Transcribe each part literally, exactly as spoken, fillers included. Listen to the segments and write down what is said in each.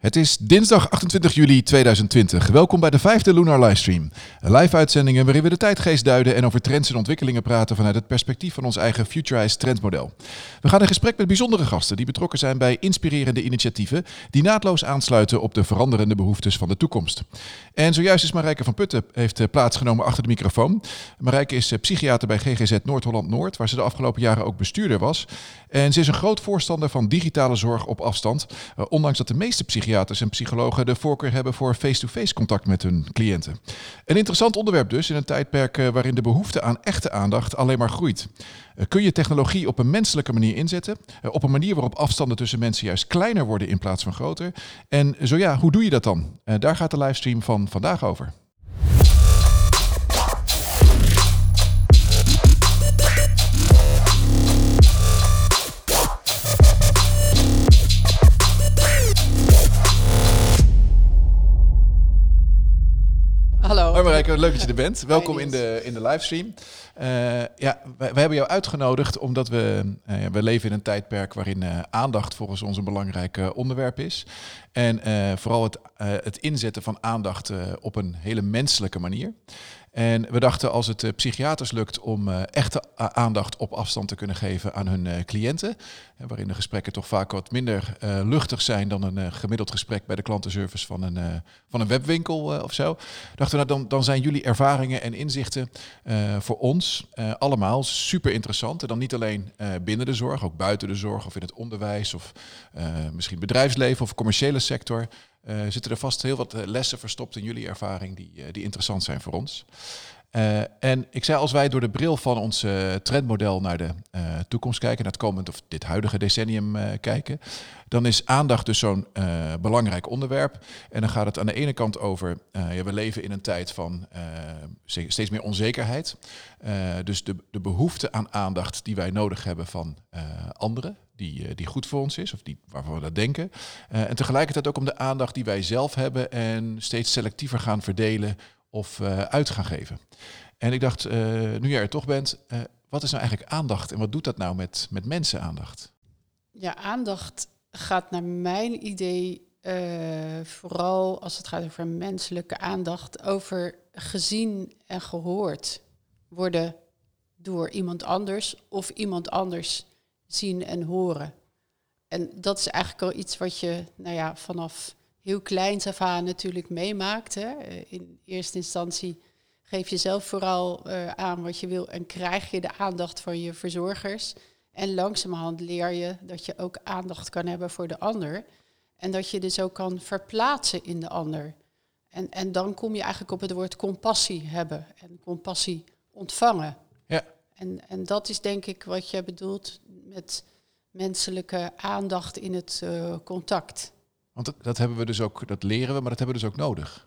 Het is dinsdag achtentwintig juli tweeduizend twintig. Welkom bij de vijfde Lunar Livestream. Live uitzendingen waarin we de tijdgeest duiden en over trends en ontwikkelingen praten vanuit het perspectief van ons eigen Futurized trendmodel. We gaan in gesprek met bijzondere gasten die betrokken zijn bij inspirerende initiatieven die naadloos aansluiten op de veranderende behoeftes van de toekomst. En zojuist is Marijke van Putten heeft plaatsgenomen achter de microfoon. Marijke is psychiater bij G G Z Noord-Holland-Noord, waar ze de afgelopen jaren ook bestuurder was. En ze is een groot voorstander van digitale zorg op afstand, ondanks dat de meeste psychiaters en psychologen de voorkeur hebben voor face-to-face contact met hun cliënten. Een interessant onderwerp dus in een tijdperk waarin de behoefte aan echte aandacht alleen maar groeit. Kun je technologie op een menselijke manier inzetten? Op een manier waarop afstanden tussen mensen juist kleiner worden in plaats van groter? En zo ja, hoe doe je dat dan? Daar gaat de livestream van vandaag over. Hallo. Hoi Marijke, leuk dat je er bent. Welkom in de, in de livestream. Uh, ja, wij, wij hebben jou uitgenodigd omdat we, uh, we leven in een tijdperk waarin uh, aandacht volgens ons een belangrijk uh, onderwerp is. En uh, vooral het, uh, het inzetten van aandacht uh, op een hele menselijke manier. En we dachten als het uh, psychiaters lukt om uh, echte aandacht op afstand te kunnen geven aan hun uh, cliënten, uh, waarin de gesprekken toch vaak wat minder uh, luchtig zijn dan een uh, gemiddeld gesprek bij de klantenservice van een, uh, van een webwinkel uh, of zo, dachten we nou, dan, dan zijn jullie ervaringen en inzichten uh, voor ons uh, allemaal super interessant. En dan niet alleen uh, binnen de zorg, ook buiten de zorg of in het onderwijs of uh, misschien bedrijfsleven of commerciële sector. Uh, zitten er vast heel wat lessen verstopt in jullie ervaring die, uh, die interessant zijn voor ons. Uh, en ik zei, als wij door de bril van ons uh, trendmodel naar de uh, toekomst kijken, naar het komend of dit huidige decennium uh, kijken, dan is aandacht dus zo'n uh, belangrijk onderwerp. En dan gaat het aan de ene kant over, uh, ja, we leven in een tijd van uh, steeds meer onzekerheid. Uh, dus de, de behoefte aan aandacht die wij nodig hebben van uh, anderen, die, uh, die goed voor ons is, of die, waarvan we dat denken. Uh, en tegelijkertijd ook om de aandacht die wij zelf hebben en steeds selectiever gaan verdelen of uh, uit gaan geven. En ik dacht, uh, nu jij er toch bent, uh, wat is nou eigenlijk aandacht en wat doet dat nou met, met mensenaandacht? Ja, aandacht gaat naar mijn idee uh, vooral als het gaat over menselijke aandacht, over gezien en gehoord worden door iemand anders of iemand anders zien en horen. En dat is eigenlijk al iets wat je nou ja, vanaf heel kleins af aan natuurlijk meemaakt. Hè. In eerste instantie geef je zelf vooral uh, aan wat je wil en krijg je de aandacht van je verzorgers. En langzamerhand leer je dat je ook aandacht kan hebben voor de ander. En dat je dus ook kan verplaatsen in de ander. En, en dan kom je eigenlijk op het woord compassie hebben en compassie ontvangen. Ja. En, en dat is denk ik wat je bedoelt met menselijke aandacht in het uh, contact. Want dat, dat hebben we dus ook, dat leren we, maar dat hebben we dus ook nodig.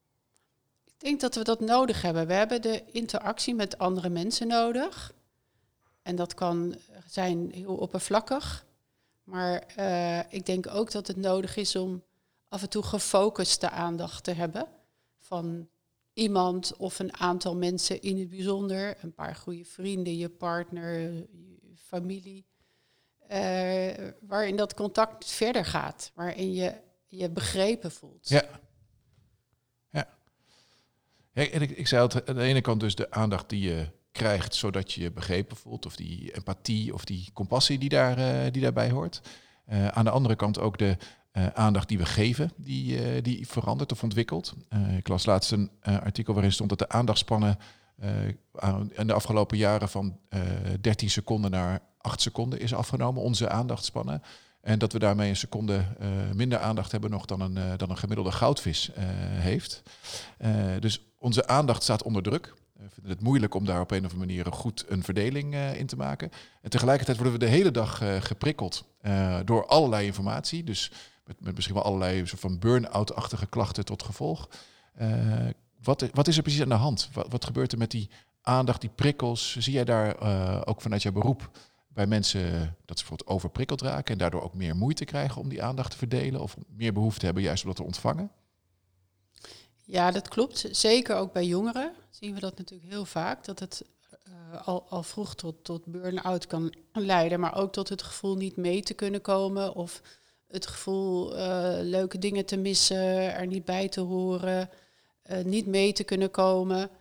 Ik denk dat we dat nodig hebben. We hebben de interactie met andere mensen nodig. En dat kan zijn heel oppervlakkig. Maar uh, ik denk ook dat het nodig is om af en toe gefocuste aandacht te hebben. Van iemand of een aantal mensen in het bijzonder. Een paar goede vrienden, je partner, je familie. Uh, waarin dat contact verder gaat. Waarin je je begrepen voelt. Ja. Ja. Ja, en ik, ik zei het, aan de ene kant dus de aandacht die je krijgt zodat je je begrepen voelt. Of die empathie of die compassie die, daar, uh, die daarbij hoort. Uh, aan de andere kant ook de uh, aandacht die we geven, die, uh, die verandert of ontwikkelt. Uh, ik las laatst een uh, artikel waarin stond dat de aandachtspannen uh, in de afgelopen jaren van uh, dertien seconden naar acht seconden is afgenomen, onze aandachtspannen. En dat we daarmee een seconde uh, minder aandacht hebben nog dan een, uh, dan een gemiddelde goudvis uh, heeft. Uh, dus onze aandacht staat onder druk. We vinden het moeilijk om daar op een of andere manier goed een verdeling uh, in te maken. En tegelijkertijd worden we de hele dag uh, geprikkeld uh, door allerlei informatie. Dus met, met misschien wel allerlei soort van burn-out-achtige klachten tot gevolg. Uh, wat, wat is er precies aan de hand? Wat, wat gebeurt er met die aandacht, die prikkels? Zie jij daar uh, ook vanuit jouw beroep bij mensen dat ze bijvoorbeeld overprikkeld raken en daardoor ook meer moeite krijgen om die aandacht te verdelen of meer behoefte hebben juist om dat te ontvangen? Ja, dat klopt. Zeker ook bij jongeren zien we dat natuurlijk heel vaak. Dat het uh, al, al vroeg tot, tot burn-out kan leiden, maar ook tot het gevoel niet mee te kunnen komen of het gevoel uh, leuke dingen te missen, er niet bij te horen, uh, niet mee te kunnen komen.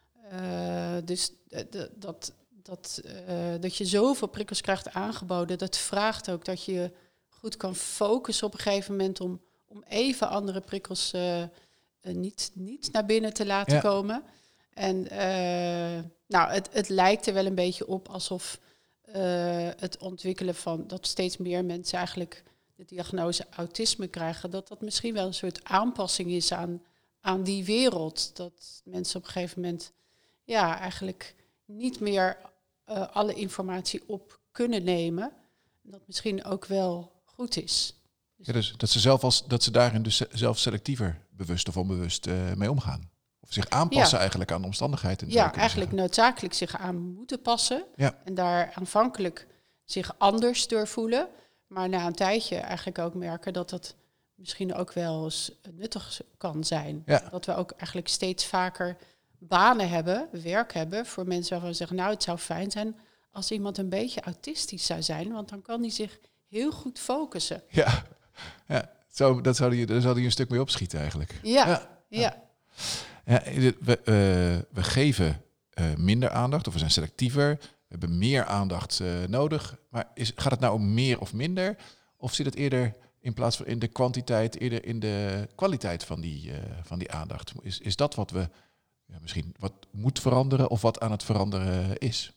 Uh, dus uh, d- dat, dat, uh, dat je zoveel prikkels krijgt aangeboden, dat vraagt ook dat je goed kan focussen op een gegeven moment om, om even andere prikkels uh, uh, niet, niet naar binnen te laten ja. komen. En uh, nou, het, het lijkt er wel een beetje op alsof uh, het ontwikkelen van dat steeds meer mensen eigenlijk de diagnose autisme krijgen, dat dat misschien wel een soort aanpassing is aan, aan die wereld. Dat mensen op een gegeven moment ja, eigenlijk niet meer uh, alle informatie op kunnen nemen. Dat misschien ook wel goed is. Dus, ja, dus dat ze zelf als dat ze daarin dus zelf selectiever bewust of onbewust uh, mee omgaan. Of zich aanpassen ja. eigenlijk aan de omstandigheden. Ja, eigenlijk zeggen. noodzakelijk zich aan moeten passen. Ja. En daar aanvankelijk zich anders door voelen. Maar na een tijdje eigenlijk ook merken dat dat misschien ook wel eens nuttig kan zijn. Ja. Dat we ook eigenlijk steeds vaker banen hebben, werk hebben voor mensen waarvan we zeggen, nou, het zou fijn zijn als iemand een beetje autistisch zou zijn, want dan kan hij zich heel goed focussen. Ja, ja. Zo, dat zou die, daar zou hij een stuk mee opschieten eigenlijk. Ja, ja. ja. ja we, uh, we geven uh, minder aandacht, of we zijn selectiever, we hebben meer aandacht uh, nodig. Maar is, gaat het nou om meer of minder? Of zit het eerder in plaats van in de kwantiteit, eerder in de kwaliteit van die, uh, van die aandacht? Is, is dat wat we ja, misschien wat moet veranderen of wat aan het veranderen is?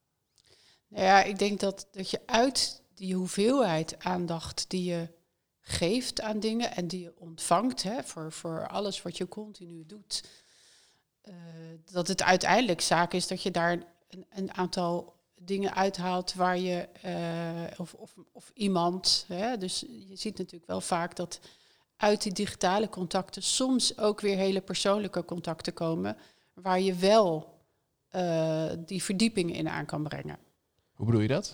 Nou ja, ik denk dat, dat je uit die hoeveelheid aandacht die je geeft aan dingen en die je ontvangt, hè, voor, voor alles wat je continu doet, uh, dat het uiteindelijk zaak is dat je daar een, een aantal dingen uithaalt waar je, uh, of, of, of iemand, hè, dus je ziet natuurlijk wel vaak dat uit die digitale contacten soms ook weer hele persoonlijke contacten komen, waar je wel uh, die verdieping in aan kan brengen. Hoe bedoel je dat?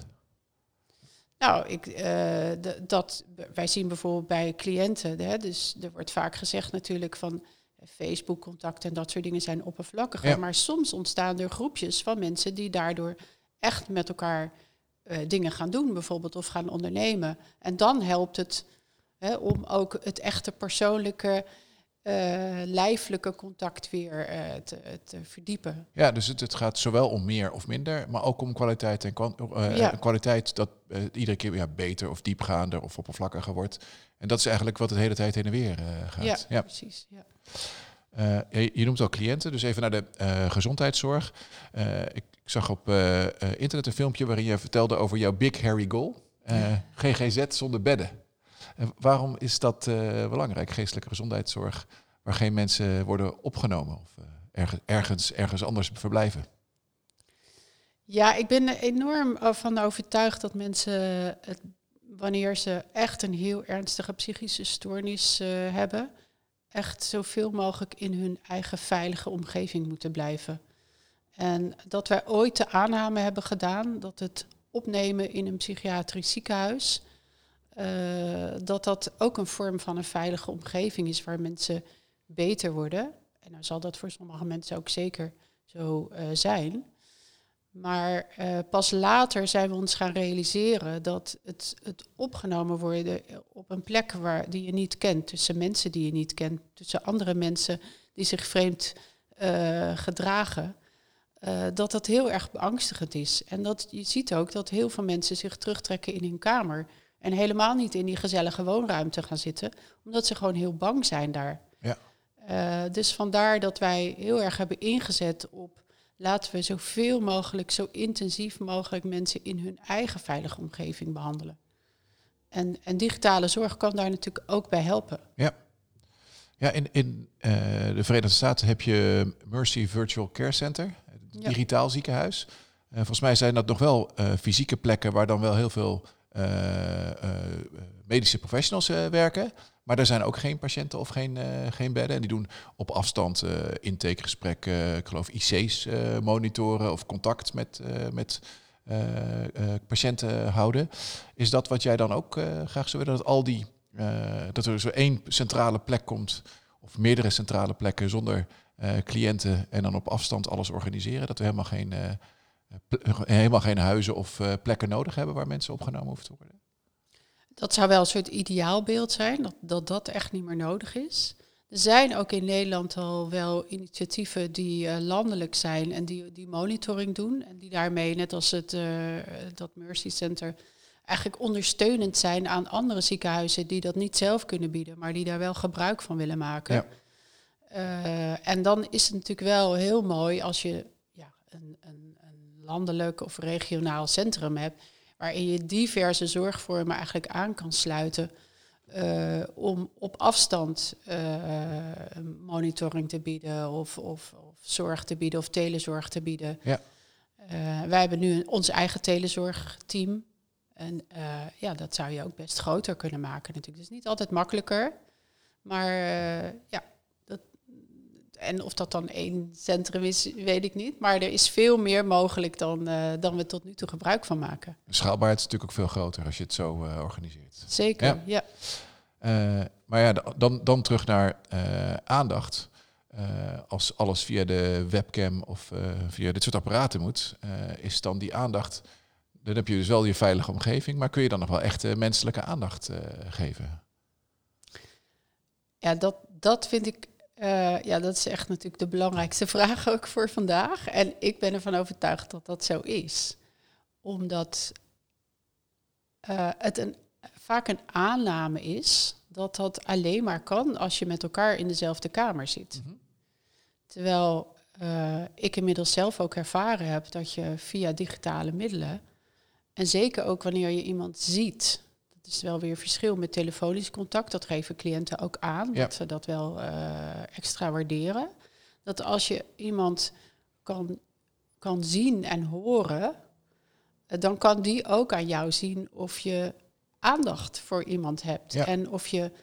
Nou, ik, uh, de, dat, wij zien bijvoorbeeld bij cliënten, hè, dus er wordt vaak gezegd natuurlijk van Facebook-contacten en dat soort dingen zijn oppervlakkiger. Ja. Maar soms ontstaan er groepjes van mensen die daardoor echt met elkaar uh, dingen gaan doen, bijvoorbeeld, of gaan ondernemen. En dan helpt het hè, om ook het echte persoonlijke, uh, lijfelijke contact weer uh, te, te verdiepen. Ja, dus het, het gaat zowel om meer of minder, maar ook om kwaliteit en kwan- uh, ja. kwaliteit dat uh, iedere keer ja, beter of diepgaander of oppervlakkiger wordt. En dat is eigenlijk wat de hele tijd heen en weer uh, gaat. Ja, ja. precies. Ja. Uh, je, je noemt al cliënten, dus even naar de uh, gezondheidszorg. Uh, ik, ik zag op uh, uh, internet een filmpje waarin je vertelde over jouw big hairy goal. Uh, G G Z zonder bedden. Uh, waarom is dat uh, belangrijk, geestelijke gezondheidszorg, waar geen mensen worden opgenomen of uh, ergens, ergens, ergens anders verblijven? Ja, ik ben er enorm van overtuigd dat mensen, het, wanneer ze echt een heel ernstige psychische stoornis uh, hebben, echt zoveel mogelijk in hun eigen veilige omgeving moeten blijven. En dat wij ooit de aanname hebben gedaan dat het opnemen in een psychiatrisch ziekenhuis, uh, dat dat ook een vorm van een veilige omgeving is waar mensen beter worden. En dan zal dat voor sommige mensen ook zeker zo uh, zijn. Maar uh, pas later zijn we ons gaan realiseren dat het, het opgenomen worden op een plek waar, die je niet kent, tussen mensen die je niet kent, tussen andere mensen die zich vreemd uh, gedragen, uh, dat dat heel erg beangstigend is. En dat je ziet ook dat heel veel mensen zich terugtrekken in hun kamer en helemaal niet in die gezellige woonruimte gaan zitten, omdat ze gewoon heel bang zijn daar. Ja. Uh, dus vandaar dat wij heel erg hebben ingezet op laten we zoveel mogelijk, zo intensief mogelijk mensen in hun eigen veilige omgeving behandelen. En, en digitale zorg kan daar natuurlijk ook bij helpen. Ja, ja in, in uh, de Verenigde Staten heb je Mercy Virtual Care Center, het digitaal ja. ziekenhuis. Uh, volgens mij zijn dat nog wel uh, fysieke plekken waar dan wel heel veel uh, uh, medische professionals uh, werken. Maar er zijn ook geen patiënten of geen, uh, geen bedden. En die doen op afstand uh, intakegesprekken, uh, ik geloof I C's uh, monitoren of contact met, uh, met uh, uh, patiënten houden. Is dat wat jij dan ook uh, graag zou willen? Dat, al die, uh, dat er zo één centrale plek komt, of meerdere centrale plekken zonder uh, cliënten en dan op afstand alles organiseren? Dat we helemaal geen, uh, pl- helemaal geen huizen of uh, plekken nodig hebben waar mensen opgenomen hoeven te worden? Dat zou wel een soort ideaalbeeld zijn, dat, dat dat echt niet meer nodig is. Er zijn ook in Nederland al wel initiatieven die uh, landelijk zijn en die, die monitoring doen. En die daarmee, net als het, uh, dat Mercy Center, eigenlijk ondersteunend zijn aan andere ziekenhuizen die dat niet zelf kunnen bieden, maar die daar wel gebruik van willen maken. Ja. Uh, en dan is het natuurlijk wel heel mooi als je ja, een, een, een landelijk of regionaal centrum hebt, waarin je diverse zorgvormen eigenlijk aan kan sluiten uh, om op afstand uh, monitoring te bieden of, of, of zorg te bieden of telezorg te bieden. Ja. Uh, wij hebben nu een, ons eigen telezorgteam. En uh, ja, dat zou je ook best groter kunnen maken natuurlijk. Het is niet altijd makkelijker, maar uh, ja, dat, en of dat dan één centrum is, weet ik niet. Maar er is veel meer mogelijk dan, uh, dan we tot nu toe gebruik van maken. De schaalbaarheid is natuurlijk ook veel groter als je het zo uh, organiseert. Zeker, ja. ja. Uh, maar ja, dan, dan terug naar uh, aandacht. Uh, als alles via de webcam of uh, via dit soort apparaten moet, uh, is dan die aandacht. Dan heb je dus wel je veilige omgeving, maar kun je dan nog wel echt uh, menselijke aandacht uh, geven? Ja, dat, dat vind ik. Uh, ja, dat is echt natuurlijk de belangrijkste vraag ook voor vandaag. En ik ben ervan overtuigd dat dat zo is. Omdat uh, het een, vaak een aanname is dat dat alleen maar kan als je met elkaar in dezelfde kamer zit. Mm-hmm. Terwijl uh, ik inmiddels zelf ook ervaren heb dat je via digitale middelen, en zeker ook wanneer je iemand ziet, dat is wel weer verschil met telefonisch contact, dat geven cliënten ook aan, ja. dat ze dat wel uh, extra waarderen. Dat als je iemand kan, kan zien en horen, uh, dan kan die ook aan jou zien of je aandacht voor iemand hebt. Ja. En of je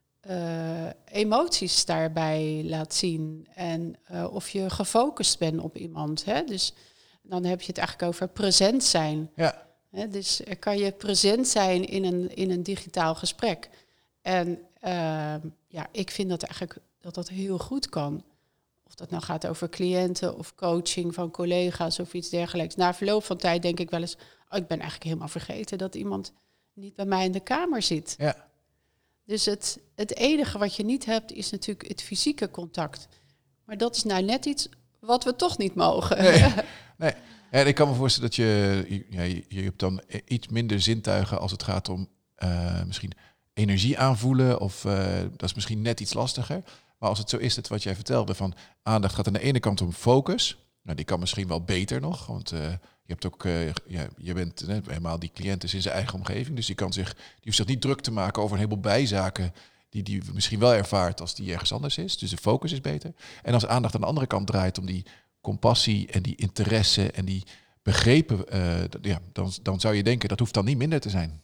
uh, emoties daarbij laat zien. En uh, of je gefocust bent op iemand. Hè? Dus dan heb je het eigenlijk over present zijn. Ja. Hè? Dus kan je present zijn in een, in een digitaal gesprek. En uh, ja, ik vind dat eigenlijk dat dat heel goed kan. Of dat nou gaat over cliënten of coaching van collega's of iets dergelijks. Na verloop van tijd denk ik wel eens, oh, ik ben eigenlijk helemaal vergeten dat iemand niet bij mij in de kamer zit. Ja. Dus het, het enige wat je niet hebt is natuurlijk het fysieke contact. Maar dat is nou net iets wat we toch niet mogen. Nee, nee. Ja, ik kan me voorstellen dat je, ja, je, je hebt dan iets minder zintuigen als het gaat om uh, misschien energie aanvoelen. Of uh, dat is misschien net iets lastiger. Maar als het zo is, dat wat jij vertelde, van aandacht gaat aan de ene kant om focus. Nou, die kan misschien wel beter nog, want uh, je hebt ook, uh, ja, je bent uh, helemaal die cliënt is in zijn eigen omgeving, dus die kan zich, die hoeft zich niet druk te maken over een heleboel bijzaken die die misschien wel ervaart als die ergens anders is. Dus de focus is beter. En als aandacht aan de andere kant draait om die compassie en die interesse en die begrepen, uh, ja, dan, dan zou je denken dat hoeft dan niet minder te zijn.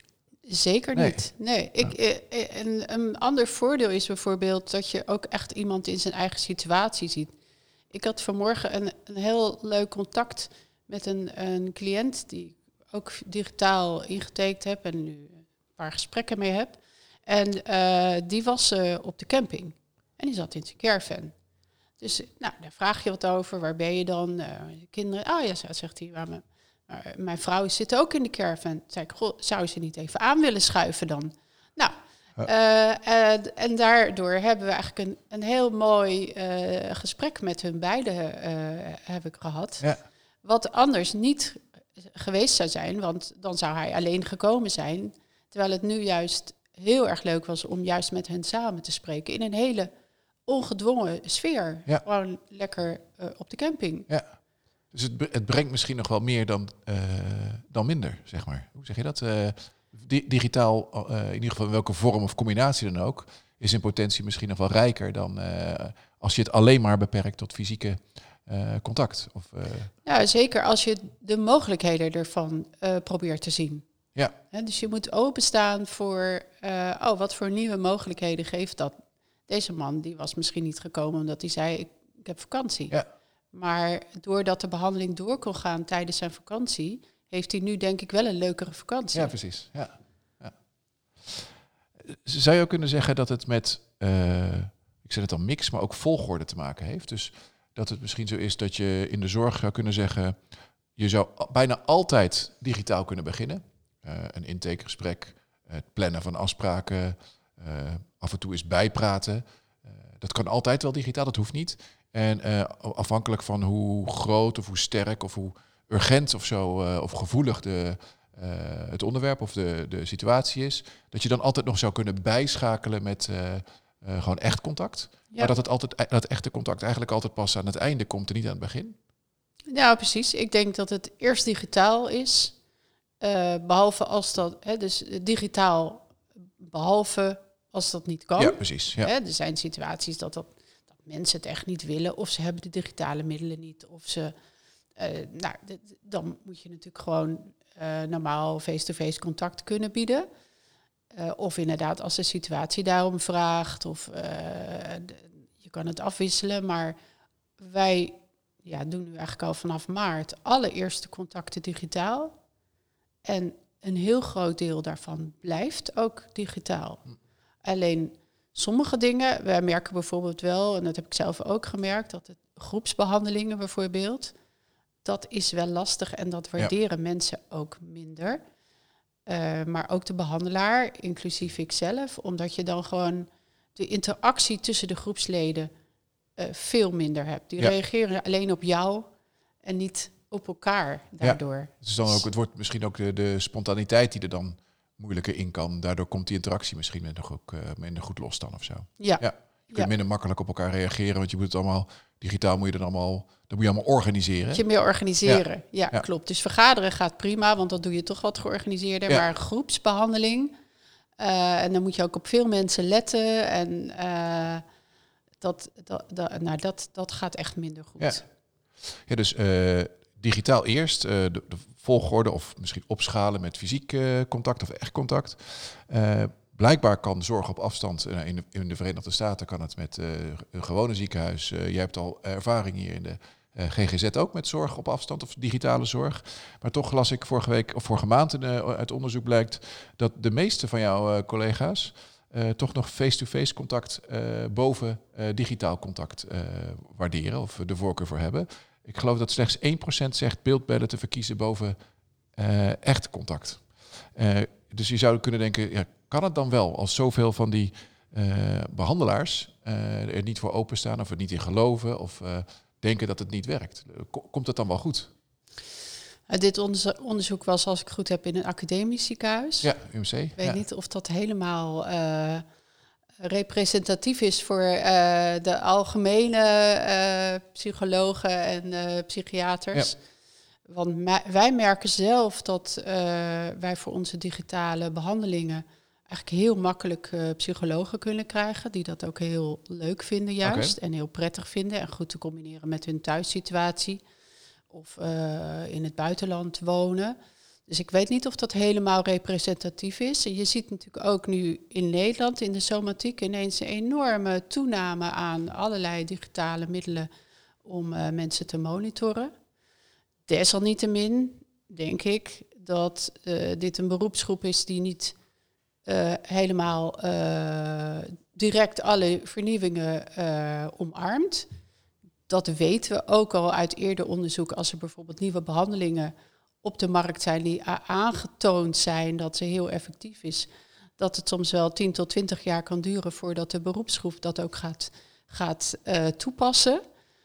Zeker nee. niet. Nee, ik, eh, een, een ander voordeel is bijvoorbeeld dat je ook echt iemand in zijn eigen situatie ziet. Ik had vanmorgen een, een heel leuk contact met een, een cliënt die ik ook digitaal ingetekend heb en nu een paar gesprekken mee heb. En uh, die was uh, op de camping en die zat in zijn caravan. Dus nou, daar vraag je wat over. Waar ben je dan? Uh, kinderen? Ah ja, zegt hij. Waar mijn, uh, mijn vrouw zit ook in de caravan. Zei ik, goh, zou ze niet even aan willen schuiven dan? Nou, uh, uh, en daardoor hebben we eigenlijk een, een heel mooi uh, gesprek met hun beiden uh, heb ik gehad. Ja. Wat anders niet geweest zou zijn, want dan zou hij alleen gekomen zijn. Terwijl het nu juist heel erg leuk was om juist met hen samen te spreken in een hele ongedwongen sfeer. Ja. Gewoon lekker uh, op de camping. Ja. Dus het, het brengt misschien nog wel meer dan, uh, dan minder, zeg maar. Hoe zeg je dat? Uh, di- digitaal, uh, in ieder geval in welke vorm of combinatie dan ook, is in potentie misschien nog wel rijker dan uh, als je het alleen maar beperkt tot fysieke uh, contact. Of, uh... Ja, zeker als je de mogelijkheden ervan uh, probeert te zien. Ja. He, dus je moet openstaan voor, uh, oh, wat voor nieuwe mogelijkheden geeft dat? Deze man die was misschien niet gekomen omdat hij zei, ik, ik heb vakantie. Ja. Maar doordat de behandeling door kon gaan tijdens zijn vakantie, heeft hij nu denk ik wel een leukere vakantie. Ja, precies. Ja. Ja. Zou je ook kunnen zeggen dat het met, uh, ik zeg het dan mix, maar ook volgorde te maken heeft? Dus dat het misschien zo is dat je in de zorg zou kunnen zeggen, je zou bijna altijd digitaal kunnen beginnen. Uh, een intakegesprek, het plannen van afspraken, uh, af en toe eens bijpraten. Uh, dat kan altijd wel digitaal, dat hoeft niet. En uh, afhankelijk van hoe groot of hoe sterk of hoe urgent of zo uh, of gevoelig de, uh, het onderwerp of de, de situatie is, dat je dan altijd nog zou kunnen bijschakelen met uh, uh, gewoon echt contact. Ja. Maar dat het altijd dat echte contact eigenlijk altijd pas aan het einde komt en niet aan het begin. Ja, precies. Ik denk dat het eerst digitaal is, uh, behalve als dat, hè, dus digitaal, behalve als dat niet kan. Ja, precies. Ja. Hè, er zijn situaties dat, dat, dat mensen het echt niet willen, of ze hebben de digitale middelen niet, of ze, uh, nou, d- d- dan moet je natuurlijk gewoon uh, normaal face-to-face contact kunnen bieden. Uh, of inderdaad, als de situatie daarom vraagt, of uh, de, je kan het afwisselen, maar wij ja, doen nu eigenlijk al vanaf maart allereerste contacten digitaal. En een heel groot deel daarvan blijft ook digitaal. Hm. Alleen sommige dingen, wij merken bijvoorbeeld wel, en dat heb ik zelf ook gemerkt, dat het groepsbehandelingen bijvoorbeeld, dat is wel lastig en dat waarderen ja. mensen ook minder. Uh, maar ook de behandelaar, inclusief ikzelf, omdat je dan gewoon de interactie tussen de groepsleden uh, veel minder hebt. Die ja. reageren alleen op jou en niet op elkaar daardoor. Ja, dus dan ook, het wordt misschien ook de, de spontaniteit die er dan moeilijker in kan. Daardoor komt die interactie misschien minder, ook, uh, minder goed los dan of zo. Ja. ja. Je kunt ja. minder makkelijk op elkaar reageren, want je moet het allemaal digitaal moet je dan allemaal, dat moet je allemaal organiseren. Moet je meer organiseren, ja, ja, ja, klopt. Dus vergaderen gaat prima, want dan doe je toch wat georganiseerder. Ja. Maar een groepsbehandeling, uh, en dan moet je ook op veel mensen letten. En uh, dat, dat, dat, nou, dat, dat gaat echt minder goed. Ja, ja dus uh, digitaal eerst, uh, de, de volgorde of misschien opschalen met fysiek uh, contact of echt contact. Uh, Blijkbaar kan zorg op afstand, in de, in de Verenigde Staten kan het met uh, een gewone ziekenhuis. Uh, jij hebt al ervaring hier in de uh, G G Z ook met zorg op afstand of digitale zorg. Maar toch las ik vorige week of vorige maand in, uh, uit onderzoek blijkt dat de meeste van jouw uh, collega's uh, toch nog face-to-face contact uh, boven uh, digitaal contact uh, waarderen of de voorkeur voor hebben. Ik geloof dat slechts één procent zegt beeldbellen te verkiezen boven uh, echt contact. Uh, dus je zou kunnen denken, ja, kan het dan wel als zoveel van die uh, behandelaars uh, er niet voor openstaan of er niet in geloven of uh, denken dat het niet werkt? Komt het dan wel goed? Uh, dit onderzoek was, als ik goed heb, in een academisch ziekenhuis. Ja, U M C. Ik weet ja. niet of dat helemaal uh, representatief is voor uh, de algemene uh, psychologen en uh, psychiaters. Ja. Want mij, wij merken zelf dat uh, wij voor onze digitale behandelingen eigenlijk heel makkelijk uh, psychologen kunnen krijgen, die dat ook heel leuk vinden juist okay. en heel prettig vinden en goed te combineren met hun thuissituatie of uh, in het buitenland wonen. Dus ik weet niet of dat helemaal representatief is. En je ziet natuurlijk ook nu in Nederland in de somatiek ineens een enorme toename aan allerlei digitale middelen om uh, mensen te monitoren. Desalniettemin denk ik dat uh, dit een beroepsgroep is die niet uh, helemaal uh, direct alle vernieuwingen uh, omarmt. Dat weten we ook al uit eerder onderzoek als er bijvoorbeeld nieuwe behandelingen op de markt zijn die a- aangetoond zijn dat ze heel effectief is. Dat het soms wel tien tot twintig jaar kan duren voordat de beroepsgroep dat ook gaat, gaat uh, toepassen.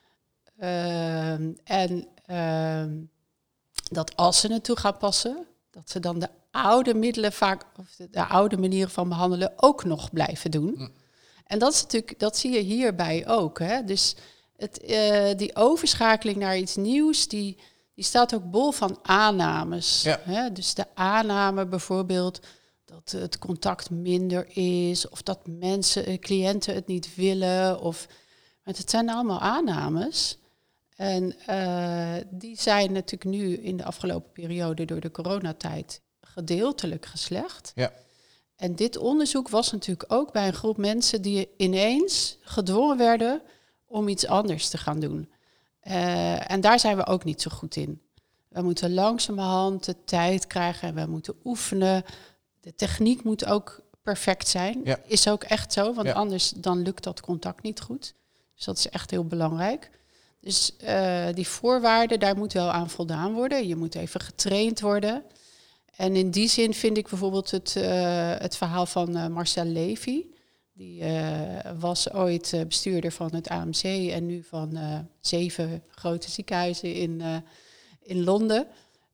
Uh, en uh, dat als ze het toe gaan passen, dat ze dan de oude middelen vaak, of de, de oude manieren van behandelen ook nog blijven doen. Mm. En dat is natuurlijk, dat zie je hierbij ook. Hè? Dus het, uh, die overschakeling naar iets nieuws, die, die staat ook bol van aannames. Ja. Hè? Dus de aanname bijvoorbeeld dat het contact minder is, of dat mensen, cliënten het niet willen, of, maar het zijn allemaal aannames. En uh, die zijn natuurlijk nu in de afgelopen periode door de coronatijd gedeeltelijk geslecht. Ja. En dit onderzoek was natuurlijk ook bij een groep mensen die ineens gedwongen werden om iets anders te gaan doen. Uh, en daar zijn we ook niet zo goed in. We moeten langzamerhand de tijd krijgen en we moeten oefenen. De techniek moet ook perfect zijn. Ja. Is ook echt zo, want ja. anders dan lukt dat contact niet goed. Dus dat is echt heel belangrijk. Dus uh, die voorwaarden, daar moet wel aan voldaan worden. Je moet even getraind worden. En in die zin vind ik bijvoorbeeld het, uh, het verhaal van uh, Marcel Levy. Die uh, was ooit uh, bestuurder van het A M C en nu van uh, zeven grote ziekenhuizen in, uh, in Londen.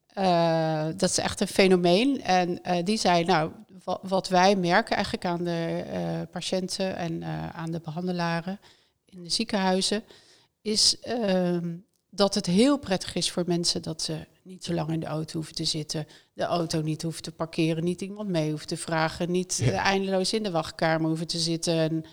Uh, dat is echt een fenomeen. En uh, die zei, nou, wat, wat wij merken eigenlijk aan de uh, patiënten en uh, aan de behandelaren in de ziekenhuizen, is uh, dat het heel prettig is voor mensen dat ze niet zo lang in de auto hoeven te zitten, de auto niet hoeven te parkeren, niet iemand mee hoeven te vragen, niet ja. uh, eindeloos in de wachtkamer hoeven te zitten en,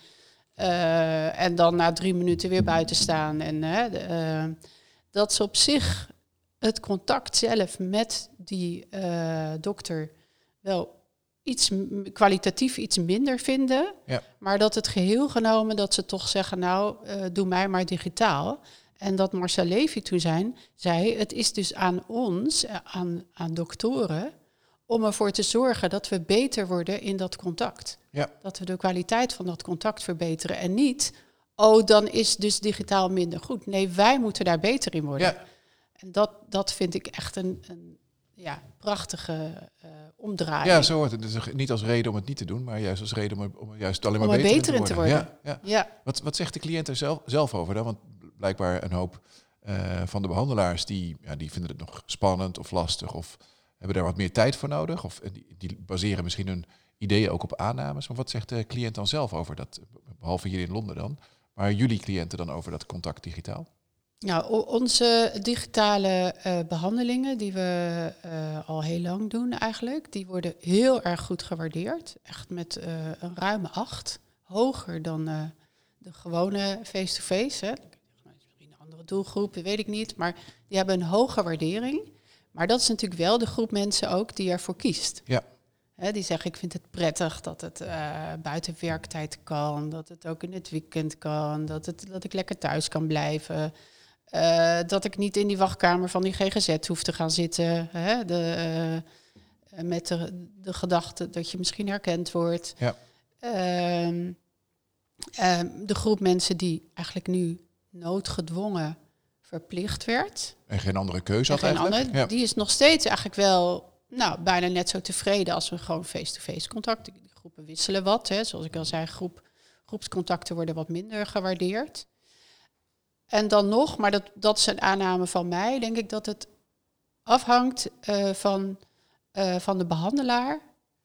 uh, en dan na drie minuten weer buiten staan. En uh, de, uh, dat ze op zich het contact zelf met die uh, dokter wel iets kwalitatief iets minder vinden, ja. maar dat het geheel genomen dat ze toch zeggen, nou, uh, doe mij maar digitaal. En dat Marcel Levy toen zijn, zei, het is dus aan ons, aan, aan doktoren, om ervoor te zorgen dat we beter worden in dat contact. Ja. Dat we de kwaliteit van dat contact verbeteren. En niet, oh, dan is dus digitaal minder goed. Nee, wij moeten daar beter in worden. Ja. En dat, dat vind ik echt een, een ja, prachtige uh, omdraaiing. Ja, zo wordt het. Dus niet als reden om het niet te doen, maar juist als reden om, om juist alleen maar om beter, beter in te worden. In te worden. Ja, ja. Ja. Wat, wat zegt de cliënt er zelf, zelf over dan? Want blijkbaar een hoop uh, van de behandelaars die, ja, die vinden het nog spannend of lastig of hebben daar wat meer tijd voor nodig. Of die, die baseren misschien hun ideeën ook op aannames. Maar wat zegt de cliënt dan zelf over dat, behalve hier in Londen dan, maar jullie cliënten dan over dat contact digitaal? Nou, onze digitale uh, behandelingen die we uh, al heel lang doen eigenlijk, die worden heel erg goed gewaardeerd. Echt met uh, een ruime acht. Hoger dan uh, de gewone face-to-face. Hè. Misschien een andere doelgroep, weet ik niet. Maar die hebben een hoge waardering. Maar dat is natuurlijk wel de groep mensen ook die ervoor kiest. Ja. Hè, die zeggen, ik vind het prettig dat het uh, buiten werktijd kan. Dat het ook in het weekend kan. Dat, het, dat ik lekker thuis kan blijven. Uh, dat ik niet in die wachtkamer van die G G Z hoef te gaan zitten. Hè, de, uh, met de, de gedachte dat je misschien herkend wordt. Ja. Uh, uh, de groep mensen die eigenlijk nu noodgedwongen verplicht werd. En geen andere keuze had eigenlijk. Andere, ja. Die is nog steeds eigenlijk wel nou, bijna net zo tevreden als we gewoon face-to-face contact. De groepen wisselen wat. Hè. Zoals ik al zei, groep, groepscontacten worden wat minder gewaardeerd. En dan nog, maar dat, dat is een aanname van mij, denk ik dat het afhangt uh, van, uh, van de behandelaar,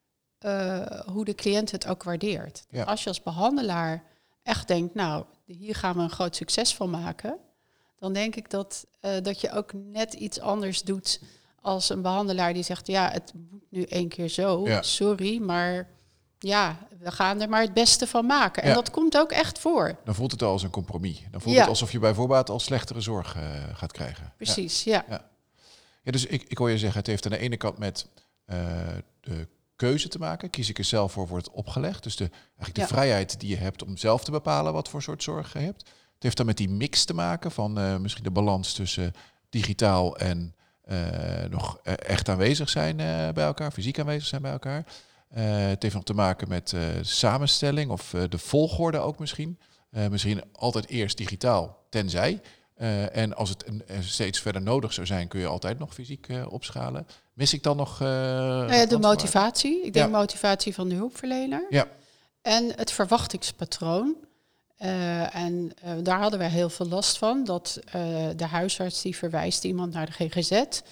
uh, hoe de cliënt het ook waardeert. Ja. Als je als behandelaar echt denkt, nou, hier gaan we een groot succes van maken, dan denk ik dat, uh, dat je ook net iets anders doet als een behandelaar die zegt, ja, het moet nu één keer zo, ja. sorry, maar ja, we gaan er maar het beste van maken. En ja. dat komt ook echt voor. Dan voelt het al als een compromis. Dan voelt ja. het alsof je bij voorbaat al slechtere zorg uh, gaat krijgen. Precies, ja. Ja, ja. ja dus ik, ik hoor je zeggen, het heeft aan de ene kant met uh, de keuze te maken. Kies ik er zelf voor, wordt opgelegd. Dus de, eigenlijk de ja. vrijheid die je hebt om zelf te bepalen wat voor soort zorg je hebt. Het heeft dan met die mix te maken van uh, misschien de balans tussen digitaal en uh, nog uh, echt aanwezig zijn uh, bij elkaar, fysiek aanwezig zijn bij elkaar. Uh, het heeft nog te maken met uh, samenstelling of uh, de volgorde ook misschien. Uh, misschien altijd eerst digitaal, tenzij. Uh, en als het een, steeds verder nodig zou zijn, kun je altijd nog fysiek uh, opschalen. Mis ik dan nog... Uh, nou ja, de motivatie. Ik denk ja. motivatie van de hulpverlener. Ja. En het verwachtingspatroon. Uh, en uh, daar hadden wij heel veel last van. Dat uh, de huisarts die verwijst iemand naar de G G Z.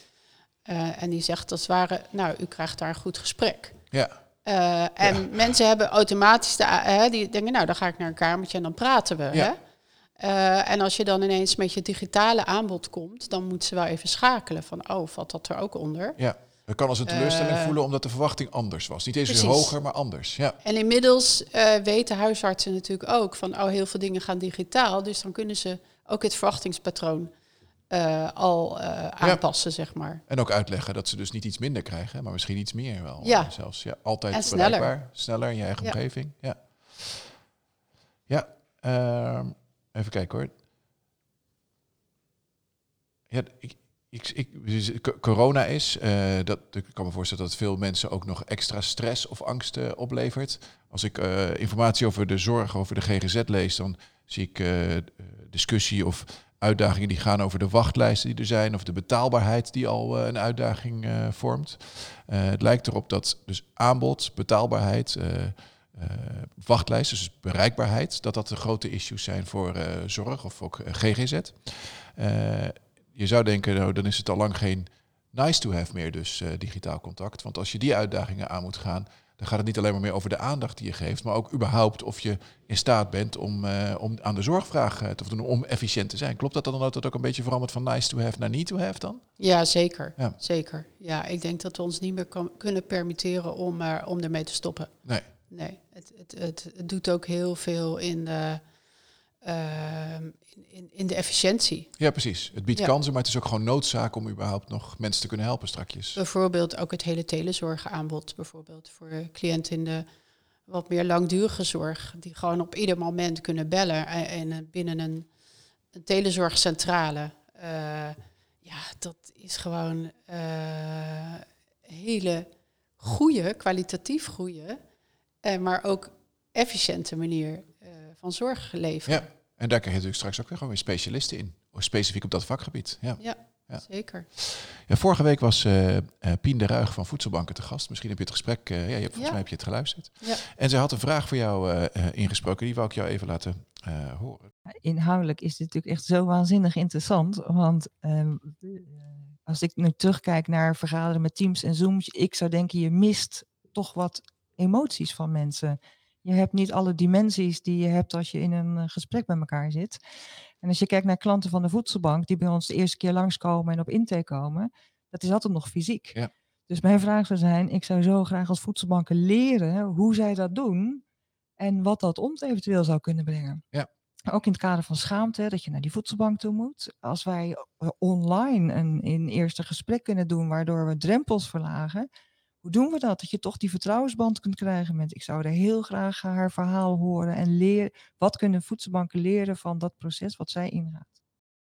Uh, en die zegt als het ware, nou, u krijgt daar een goed gesprek. Ja. Uh, en ja. mensen hebben automatisch, de, uh, die denken, nou, dan ga ik naar een kamertje en dan praten we. Ja. Hè? Uh, en als je dan ineens met je digitale aanbod komt, dan moeten ze wel even schakelen van, oh, valt dat er ook onder? Ja, dat kan als een teleurstelling uh, voelen omdat de verwachting anders was. Niet eens weer hoger, maar anders. Ja. En inmiddels uh, weten huisartsen natuurlijk ook van, oh, heel veel dingen gaan digitaal, dus dan kunnen ze ook het verwachtingspatroon Uh, al uh, aanpassen, ja. zeg maar. En ook uitleggen dat ze dus niet iets minder krijgen, maar misschien iets meer wel. Ja. Zelfs. Ja, altijd en sneller. bereikbaar, sneller in je eigen ja. omgeving. Ja, ja uh, even kijken hoor. Ja, ik, ik, ik, corona is, uh, dat, ik kan me voorstellen dat veel mensen ook nog extra stress of angst uh, oplevert. Als ik uh, informatie over de zorg, over de G G Z lees, dan zie ik uh, discussie of uitdagingen die gaan over de wachtlijsten die er zijn, of de betaalbaarheid die al uh, een uitdaging uh, vormt. Uh, het lijkt erop dat dus aanbod, betaalbaarheid, uh, uh, wachtlijsten, dus bereikbaarheid, dat dat de grote issues zijn voor uh, zorg of ook uh, G G Z. Uh, je zou denken, nou, dan is het al lang geen nice to have meer, dus uh, digitaal contact. Want als je die uitdagingen aan moet gaan, dan gaat het niet alleen maar meer over de aandacht die je geeft, maar ook überhaupt of je in staat bent om, uh, om aan de zorgvraag uh, te doen, om efficiënt te zijn. Klopt dat dan dat het ook een beetje verandert van nice to have naar need to have dan? Ja, zeker. Ja. Zeker. Ja, ik denk dat we ons niet meer kan, kunnen permitteren om, uh, om ermee te stoppen. Nee. Nee, het, het, het, het doet ook heel veel in de, uh, in, in de efficiëntie. Ja, precies. Het biedt ja. kansen, maar het is ook gewoon noodzaak om überhaupt nog mensen te kunnen helpen strakjes. Bijvoorbeeld ook het hele telezorgaanbod, bijvoorbeeld voor cliënten in de wat meer langdurige zorg, die gewoon op ieder moment kunnen bellen en, en binnen een, een telezorgcentrale. Uh, ja, dat is gewoon uh, hele goede, kwalitatief goede, uh, maar ook efficiënte manier uh, van zorg leveren. Ja, en daar krijg je natuurlijk straks ook weer gewoon weer specialisten in, specifiek op dat vakgebied. Ja. Ja. Ja. Zeker. Ja, vorige week was uh, uh, Pien de Ruig van Voedselbanken te gast. Misschien heb je het gesprek, uh, ja, je hebt, volgens ja. mij heb je het geluisterd. Ja. En zij had een vraag voor jou uh, uh, ingesproken, die wou ik jou even laten uh, horen. Inhoudelijk is dit natuurlijk echt zo waanzinnig interessant. Want uh, als ik nu terugkijk naar vergaderen met Teams en Zooms, ik zou denken, je mist toch wat emoties van mensen. Je hebt niet alle dimensies die je hebt als je in een gesprek met elkaar zit. En als je kijkt naar klanten van de voedselbank die bij ons de eerste keer langskomen en op intake komen, dat is altijd nog fysiek. Ja. Dus mijn vraag zou zijn, ik zou zo graag als voedselbanken leren hoe zij dat doen en wat dat ons eventueel zou kunnen brengen. Ja. Ook in het kader van schaamte, dat je naar die voedselbank toe moet. Als wij online een in eerste gesprek kunnen doen, waardoor we drempels verlagen, hoe doen we dat? Dat je toch die vertrouwensband kunt krijgen met, ik zou er heel graag haar verhaal horen en leren. Wat kunnen voedselbanken leren van dat proces wat zij ingaat?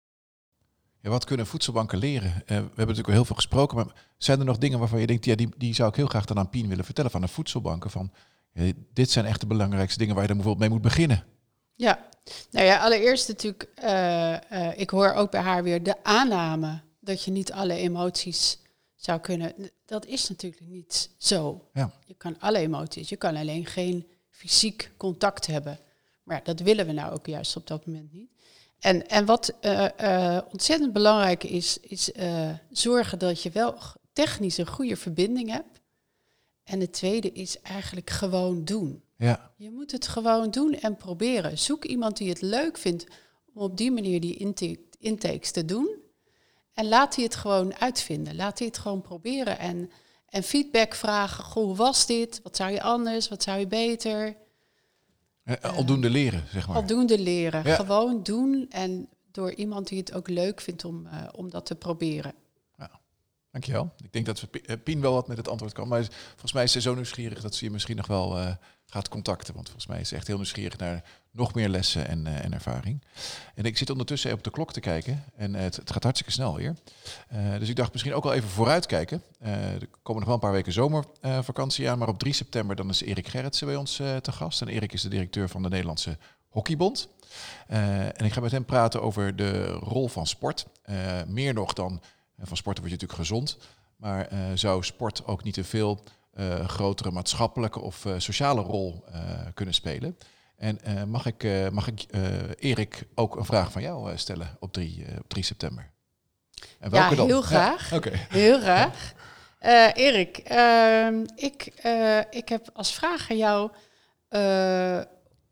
Ja, wat kunnen voedselbanken leren? Uh, we hebben natuurlijk al heel veel gesproken, maar zijn er nog dingen waarvan je denkt, ja, die, die zou ik heel graag dan aan Pien willen vertellen van de voedselbanken? Van, ja, dit zijn echt de belangrijkste dingen waar je dan bijvoorbeeld mee moet beginnen. Ja, nou ja, allereerst natuurlijk, uh, uh, ik hoor ook bij haar weer de aanname dat je niet alle emoties zou kunnen. Dat is natuurlijk niet zo. Ja. Je kan alle emoties, je kan alleen geen fysiek contact hebben. Maar ja, dat willen we nou ook juist op dat moment niet. En, en wat uh, uh, ontzettend belangrijk is, is uh, zorgen dat je wel technisch een goede verbinding hebt. En het tweede is eigenlijk gewoon doen. Ja. Je moet het gewoon doen en proberen. Zoek iemand die het leuk vindt om op die manier die intake, intakes te doen. En laat hij het gewoon uitvinden. Laat hij het gewoon proberen. En, en feedback vragen. Goh, hoe was dit? Wat zou je anders? Wat zou je beter? Uh, aldoende leren, zeg maar. Aldoende leren. Ja. Gewoon doen. En door iemand die het ook leuk vindt om, uh, om dat te proberen. Ja. Dankjewel. Ik denk dat Pien wel wat met het antwoord kan. Maar volgens mij is ze zo nieuwsgierig dat ze je misschien nog wel uh, gaat contacten. Want volgens mij is ze echt heel nieuwsgierig naar nog meer lessen en, uh, en ervaring. En ik zit ondertussen op de klok te kijken. En uh, het, het gaat hartstikke snel hier. Uh, dus ik dacht misschien ook wel even vooruitkijken. Uh, er komen nog wel een paar weken zomervakantie uh, aan. Maar op drie september dan is Erik Gerritsen bij ons uh, te gast. En Erik is de directeur van de Nederlandse Hockeybond. Uh, en ik ga met hem praten over de rol van sport. Uh, meer nog dan... Van sporten word je natuurlijk gezond, maar uh, zou sport ook niet te veel uh, grotere maatschappelijke of uh, sociale rol uh, kunnen spelen? En uh, mag ik, uh, mag ik uh, Erik ook een vraag van jou uh, stellen op drie, uh, op drie september? En welke ja, dan? heel graag. Ja, okay. Heel graag. Uh, Erik, uh, ik, uh, ik heb als vraag aan jou uh,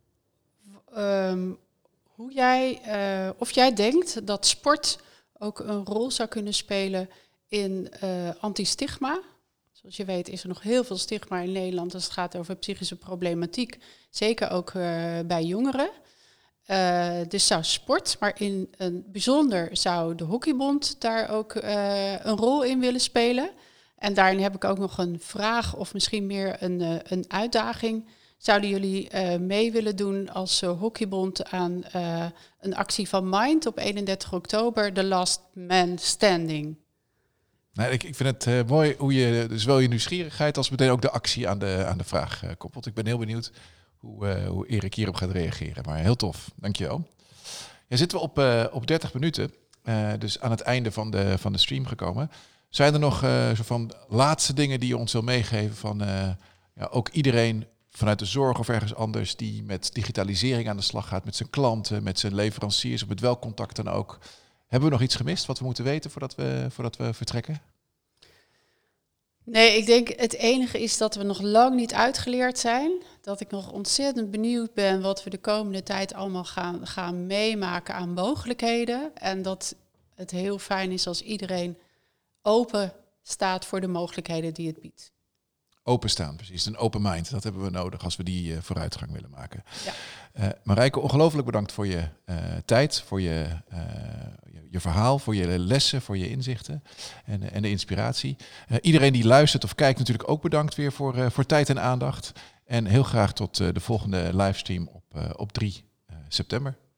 um, hoe jij, uh, of jij denkt dat sport ook een rol zou kunnen spelen in uh, anti-stigma. Zoals je weet is er nog heel veel stigma in Nederland als het gaat over psychische problematiek. Zeker ook uh, bij jongeren. Uh, dus zou sport, maar in een bijzonder zou de Hockeybond daar ook uh, een rol in willen spelen. En daarin heb ik ook nog een vraag of misschien meer een, uh, een uitdaging. Zouden jullie uh, mee willen doen als uh, Hockeybond aan uh, een actie van Mind op eenendertig oktober, The Last Man Standing? Nou, ik, ik vind het uh, mooi hoe je dus wel je nieuwsgierigheid als meteen ook de actie aan de, aan de vraag uh, koppelt. Ik ben heel benieuwd hoe, uh, hoe Erik hierop gaat reageren. Maar heel tof, dankjewel. Ja, zitten we op, uh, op dertig minuten, uh, dus aan het einde van de, van de stream gekomen. Zijn er nog uh, zo van laatste dingen die je ons wil meegeven van uh, ja, ook iedereen vanuit de zorg of ergens anders die met digitalisering aan de slag gaat, met zijn klanten, met zijn leveranciers, of met welk contact dan ook. Hebben we nog iets gemist wat we moeten weten voordat we, voordat we vertrekken? Nee, ik denk het enige is dat we nog lang niet uitgeleerd zijn. Dat ik nog ontzettend benieuwd ben wat we de komende tijd allemaal gaan, gaan meemaken aan mogelijkheden. En dat het heel fijn is als iedereen open staat voor de mogelijkheden die het biedt. Openstaan, precies. Een open mind. Dat hebben we nodig als we die uh, vooruitgang willen maken. Ja. Uh, Marijke, ongelooflijk bedankt voor je uh, tijd, voor je, uh, je, je verhaal, voor je lessen, voor je inzichten en, uh, en de inspiratie. Uh, iedereen die luistert of kijkt natuurlijk ook bedankt weer voor, uh, voor tijd en aandacht. En heel graag tot uh, de volgende livestream op, uh, op drie september.